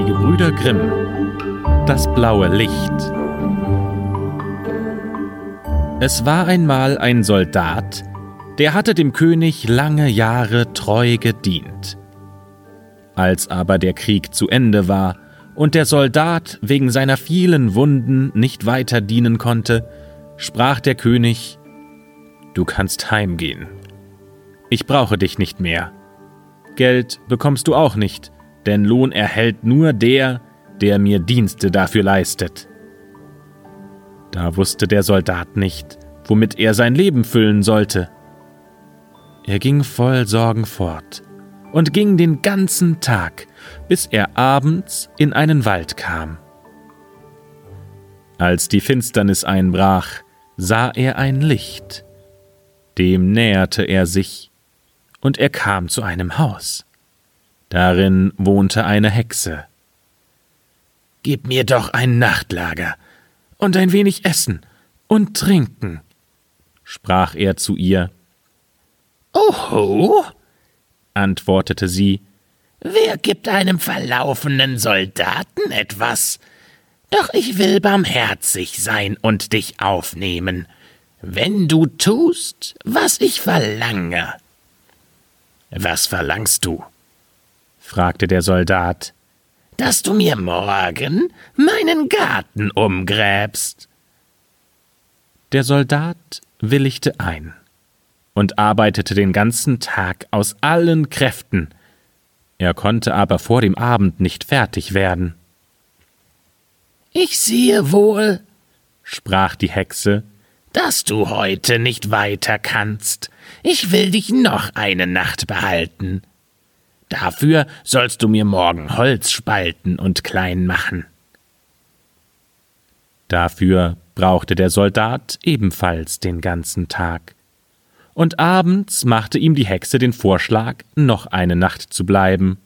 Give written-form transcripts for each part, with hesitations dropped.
Die Gebrüder Grimm. Das blaue Licht. Es war einmal ein Soldat, der hatte dem König lange Jahre treu gedient. Als aber der Krieg zu Ende war und der Soldat wegen seiner vielen Wunden nicht weiter dienen konnte, sprach der König: »Du kannst heimgehen. Ich brauche dich nicht mehr. Geld bekommst du auch nicht, denn Lohn erhält nur der, der mir Dienste dafür leistet.« Da wusste der Soldat nicht, womit er sein Leben füllen sollte. Er ging voll Sorgen fort und ging den ganzen Tag, bis er abends in einen Wald kam. Als die Finsternis einbrach, sah er ein Licht. Dem näherte er sich, und er kam zu einem Haus. Darin wohnte eine Hexe. »Gib mir doch ein Nachtlager und ein wenig Essen und Trinken«, sprach er zu ihr. »Oho«, antwortete sie, »wer gibt einem verlaufenen Soldaten etwas? Doch ich will barmherzig sein und dich aufnehmen, wenn du tust, was ich verlange.« »Was verlangst du?« fragte der Soldat. »Dass du mir morgen meinen Garten umgräbst.« Der Soldat willigte ein und arbeitete den ganzen Tag aus allen Kräften. Er konnte aber vor dem Abend nicht fertig werden. »Ich sehe wohl«, sprach die Hexe, »dass du heute nicht weiter kannst. Ich will dich noch eine Nacht behalten. Dafür sollst du mir morgen Holz spalten und klein machen.« Dafür brauchte der Soldat ebenfalls den ganzen Tag. Und abends machte ihm die Hexe den Vorschlag, noch eine Nacht zu bleiben.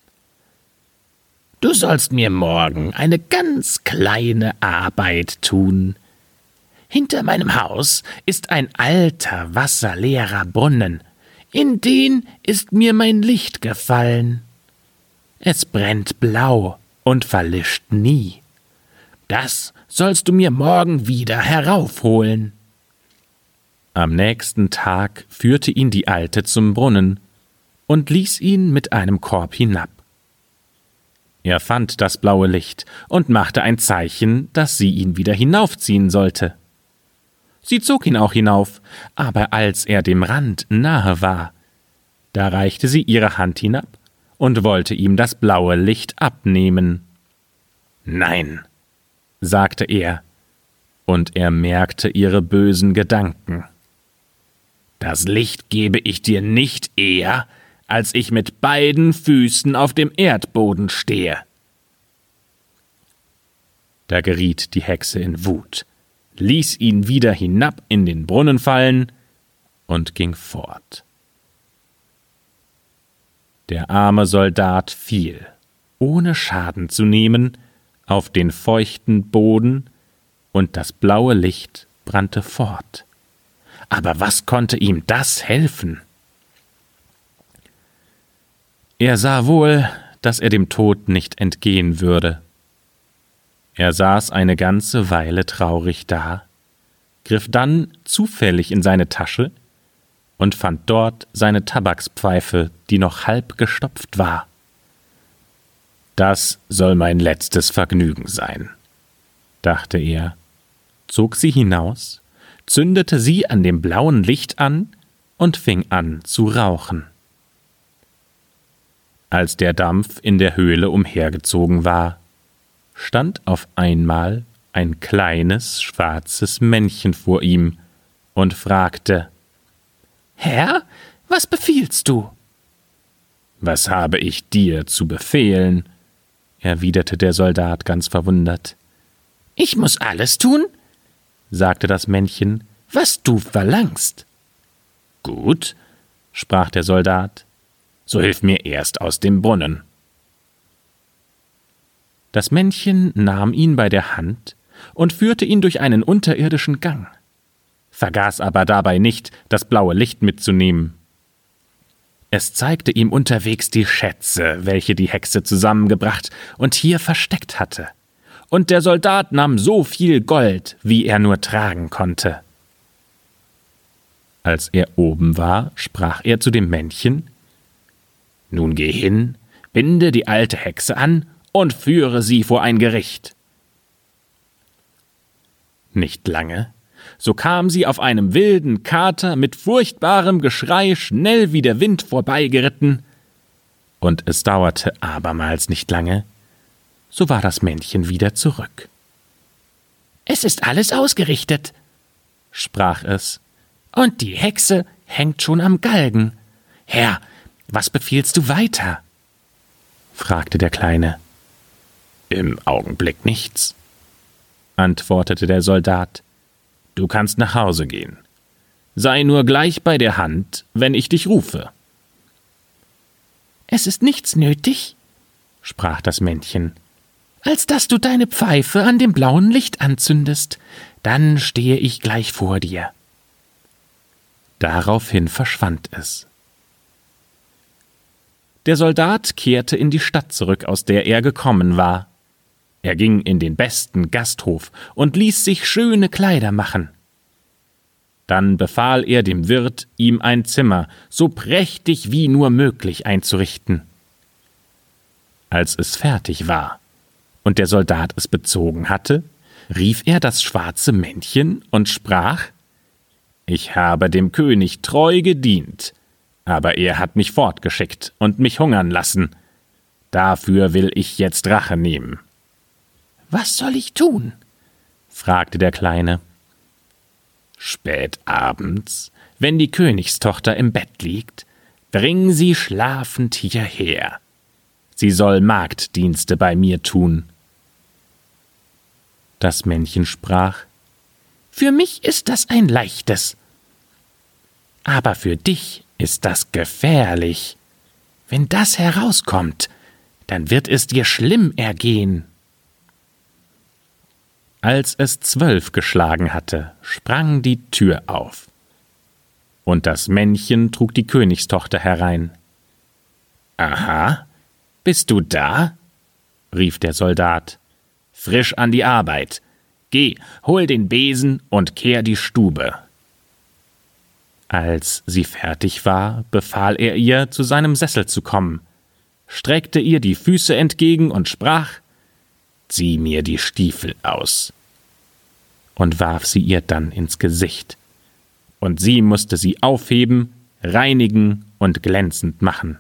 »Du sollst mir morgen eine ganz kleine Arbeit tun. Hinter meinem Haus ist ein alter, wasserleerer Brunnen. In den ist mir mein Licht gefallen. Es brennt blau und verlischt nie. Das sollst du mir morgen wieder heraufholen.« Am nächsten Tag führte ihn die Alte zum Brunnen und ließ ihn mit einem Korb hinab. Er fand das blaue Licht und machte ein Zeichen, dass sie ihn wieder hinaufziehen sollte. Sie zog ihn auch hinauf, aber als er dem Rand nahe war, da reichte sie ihre Hand hinab und wollte ihm das blaue Licht abnehmen. »Nein«, sagte er, und er merkte ihre bösen Gedanken. »Das Licht gebe ich dir nicht eher, als ich mit beiden Füßen auf dem Erdboden stehe.« Da geriet die Hexe in Wut, ließ ihn wieder hinab in den Brunnen fallen und ging fort. Der arme Soldat fiel, ohne Schaden zu nehmen, auf den feuchten Boden, und das blaue Licht brannte fort. Aber was konnte ihm das helfen? Er sah wohl, dass er dem Tod nicht entgehen würde. Er saß eine ganze Weile traurig da, griff dann zufällig in seine Tasche und fand dort seine Tabakspfeife, die noch halb gestopft war. »Das soll mein letztes Vergnügen sein«, dachte er, zog sie hinaus, zündete sie an dem blauen Licht an und fing an zu rauchen. Als der Dampf in der Höhle umhergezogen war, stand auf einmal ein kleines, schwarzes Männchen vor ihm und fragte: »Herr, was befiehlst du?« »Was habe ich dir zu befehlen?«, erwiderte der Soldat ganz verwundert. »Ich muß alles tun«, sagte das Männchen, »was du verlangst.« »Gut«, sprach der Soldat, »so hilf mir erst aus dem Brunnen.« Das Männchen nahm ihn bei der Hand und führte ihn durch einen unterirdischen Gang, vergaß aber dabei nicht, das blaue Licht mitzunehmen. Es zeigte ihm unterwegs die Schätze, welche die Hexe zusammengebracht und hier versteckt hatte. Und der Soldat nahm so viel Gold, wie er nur tragen konnte. Als er oben war, sprach er zu dem Männchen: »Nun geh hin, binde die alte Hexe an und führe sie vor ein Gericht.« Nicht lange, so kam sie auf einem wilden Kater mit furchtbarem Geschrei schnell wie der Wind vorbeigeritten, und es dauerte abermals nicht lange, so war das Männchen wieder zurück. »Es ist alles ausgerichtet«, sprach es, »und die Hexe hängt schon am Galgen. Herr, was befiehlst du weiter?« fragte der Kleine. »Im Augenblick nichts«, antwortete der Soldat. »Du kannst nach Hause gehen. Sei nur gleich bei der Hand, wenn ich dich rufe.« »Es ist nichts nötig«, sprach das Männchen, »als dass du deine Pfeife an dem blauen Licht anzündest. Dann stehe ich gleich vor dir.« Daraufhin verschwand es. Der Soldat kehrte in die Stadt zurück, aus der er gekommen war. Er ging in den besten Gasthof und ließ sich schöne Kleider machen. Dann befahl er dem Wirt, ihm ein Zimmer so prächtig wie nur möglich einzurichten. Als es fertig war und der Soldat es bezogen hatte, rief er das schwarze Männchen und sprach: »Ich habe dem König treu gedient, aber er hat mich fortgeschickt und mich hungern lassen. Dafür will ich jetzt Rache nehmen.« »Was soll ich tun?« fragte der Kleine. »Spät abends, wenn die Königstochter im Bett liegt, bring sie schlafend hierher. Sie soll Magddienste bei mir tun.« Das Männchen sprach: »Für mich ist das ein leichtes. Aber für dich ist das gefährlich. Wenn das herauskommt, dann wird es dir schlimm ergehen.« Als es 12 geschlagen hatte, sprang die Tür auf. Und das Männchen trug die Königstochter herein. »Aha, bist du da?« rief der Soldat. »Frisch an die Arbeit. Geh, hol den Besen und kehr die Stube.« Als sie fertig war, befahl er ihr, zu seinem Sessel zu kommen, streckte ihr die Füße entgegen und sprach: »Zieh mir die Stiefel aus«, und warf sie ihr dann ins Gesicht, und sie musste sie aufheben, reinigen und glänzend machen.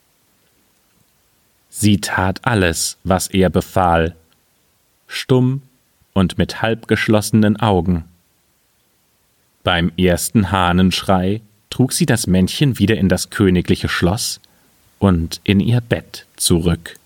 Sie tat alles, was er befahl, stumm und mit halbgeschlossenen Augen. Beim ersten Hahnenschrei trug sie das Männchen wieder in das königliche Schloss und in ihr Bett zurück.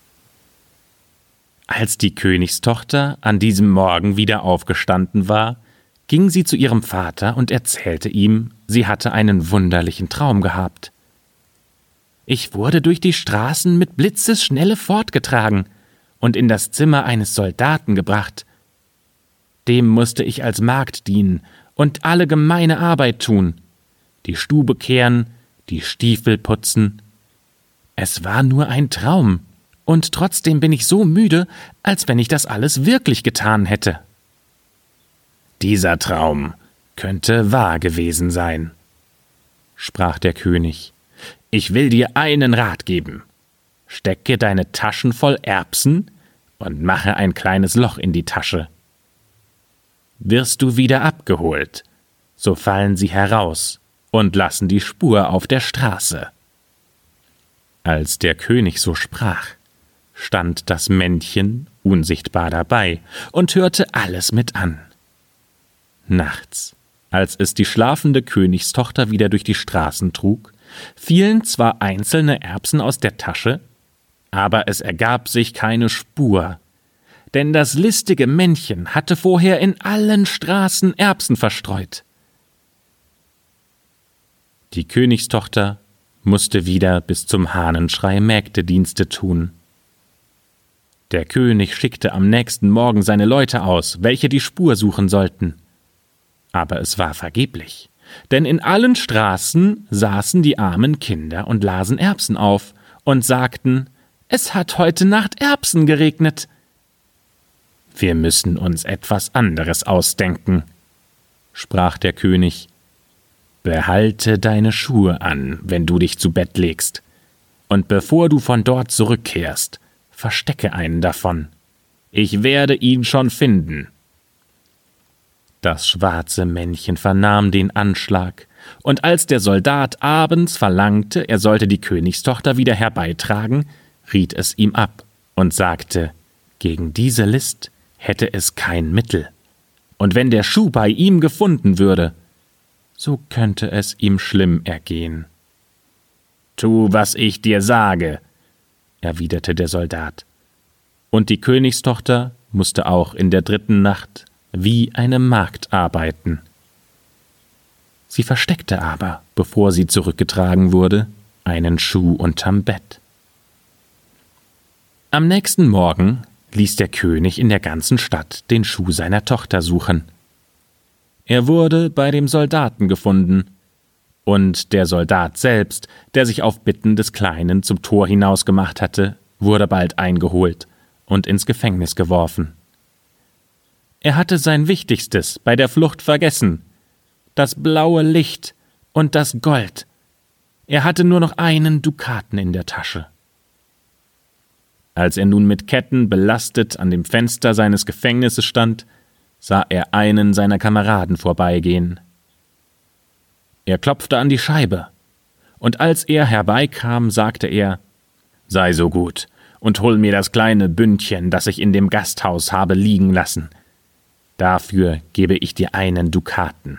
Als die Königstochter an diesem Morgen wieder aufgestanden war, ging sie zu ihrem Vater und erzählte ihm, sie hatte einen wunderlichen Traum gehabt. »Ich wurde durch die Straßen mit Blitzesschnelle fortgetragen und in das Zimmer eines Soldaten gebracht. Dem musste ich als Magd dienen und alle gemeine Arbeit tun, die Stube kehren, die Stiefel putzen. Es war nur ein Traum, und trotzdem bin ich so müde, als wenn ich das alles wirklich getan hätte.« »Dieser Traum könnte wahr gewesen sein«, sprach der König. »Ich will dir einen Rat geben. Stecke deine Taschen voll Erbsen und mache ein kleines Loch in die Tasche. Wirst du wieder abgeholt, so fallen sie heraus und lassen die Spur auf der Straße.« Als der König so sprach, stand das Männchen unsichtbar dabei und hörte alles mit an. Nachts, als es die schlafende Königstochter wieder durch die Straßen trug, fielen zwar einzelne Erbsen aus der Tasche, aber es ergab sich keine Spur, denn das listige Männchen hatte vorher in allen Straßen Erbsen verstreut. Die Königstochter musste wieder bis zum Hahnenschrei Mägdedienste tun. Der König schickte am nächsten Morgen seine Leute aus, welche die Spur suchen sollten. Aber es war vergeblich, denn in allen Straßen saßen die armen Kinder und lasen Erbsen auf und sagten: »Es hat heute Nacht Erbsen geregnet.« »Wir müssen uns etwas anderes ausdenken«, sprach der König. »Behalte deine Schuhe an, wenn du dich zu Bett legst, und bevor du von dort zurückkehrst, verstecke einen davon. Ich werde ihn schon finden.« Das schwarze Männchen vernahm den Anschlag, und als der Soldat abends verlangte, er sollte die Königstochter wieder herbeitragen, riet es ihm ab und sagte, gegen diese List hätte es kein Mittel, und wenn der Schuh bei ihm gefunden würde, so könnte es ihm schlimm ergehen. »Tu, was ich dir sage«, erwiderte der Soldat, und die Königstochter musste auch in der 3. Nacht wie eine Magd arbeiten. Sie versteckte aber, bevor sie zurückgetragen wurde, einen Schuh unterm Bett. Am nächsten Morgen ließ der König in der ganzen Stadt den Schuh seiner Tochter suchen. Er wurde bei dem Soldaten gefunden, und der Soldat selbst, der sich auf Bitten des Kleinen zum Tor hinausgemacht hatte, wurde bald eingeholt und ins Gefängnis geworfen. Er hatte sein Wichtigstes bei der Flucht vergessen, das blaue Licht und das Gold. Er hatte nur noch einen Dukaten in der Tasche. Als er nun mit Ketten belastet an dem Fenster seines Gefängnisses stand, sah er einen seiner Kameraden vorbeigehen. Er klopfte an die Scheibe, und als er herbeikam, sagte er: »Sei so gut und hol mir das kleine Bündchen, das ich in dem Gasthaus habe liegen lassen. Dafür gebe ich dir einen Dukaten.«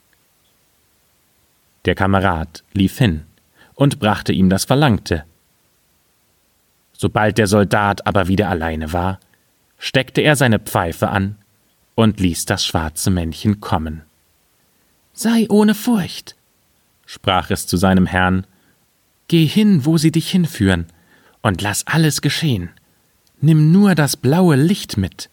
Der Kamerad lief hin und brachte ihm das Verlangte. Sobald der Soldat aber wieder alleine war, steckte er seine Pfeife an und ließ das schwarze Männchen kommen. »Sei ohne Furcht«, sprach es zu seinem Herrn, »geh hin, wo sie dich hinführen, und lass alles geschehen. Nimm nur das blaue Licht mit.«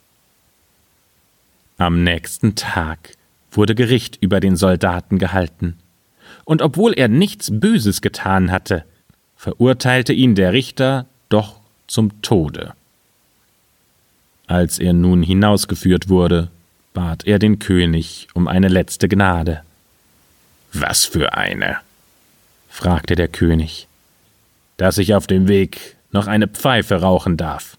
Am nächsten Tag wurde Gericht über den Soldaten gehalten, und obwohl er nichts Böses getan hatte, verurteilte ihn der Richter doch zum Tode. Als er nun hinausgeführt wurde, bat er den König um eine letzte Gnade. »Was für eine?« fragte der König. »Dass ich auf dem Weg noch eine Pfeife rauchen darf.«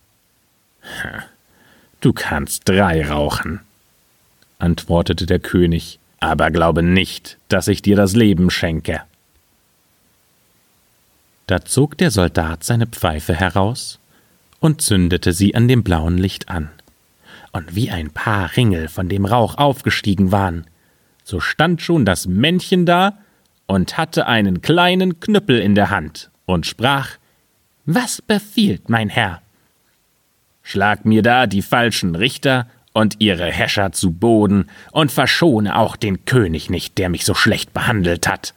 »Du kannst 3 rauchen«, antwortete der König, »aber glaube nicht, dass ich dir das Leben schenke.« Da zog der Soldat seine Pfeife heraus und zündete sie an dem blauen Licht an. Und wie ein paar Ringel von dem Rauch aufgestiegen waren, so stand schon das Männchen da und hatte einen kleinen Knüppel in der Hand und sprach: »Was befiehlt mein Herr?« »Schlag mir da die falschen Richter und ihre Häscher zu Boden und verschone auch den König nicht, der mich so schlecht behandelt hat.«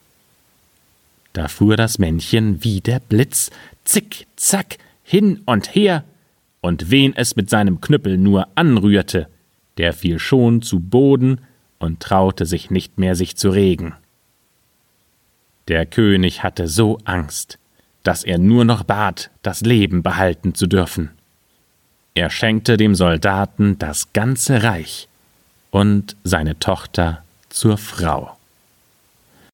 Da fuhr das Männchen wie der Blitz, zick, zack, hin und her, und wen es mit seinem Knüppel nur anrührte, der fiel schon zu Boden und traute sich nicht mehr, sich zu regen. Der König hatte so Angst, dass er nur noch bat, das Leben behalten zu dürfen. Er schenkte dem Soldaten das ganze Reich und seine Tochter zur Frau.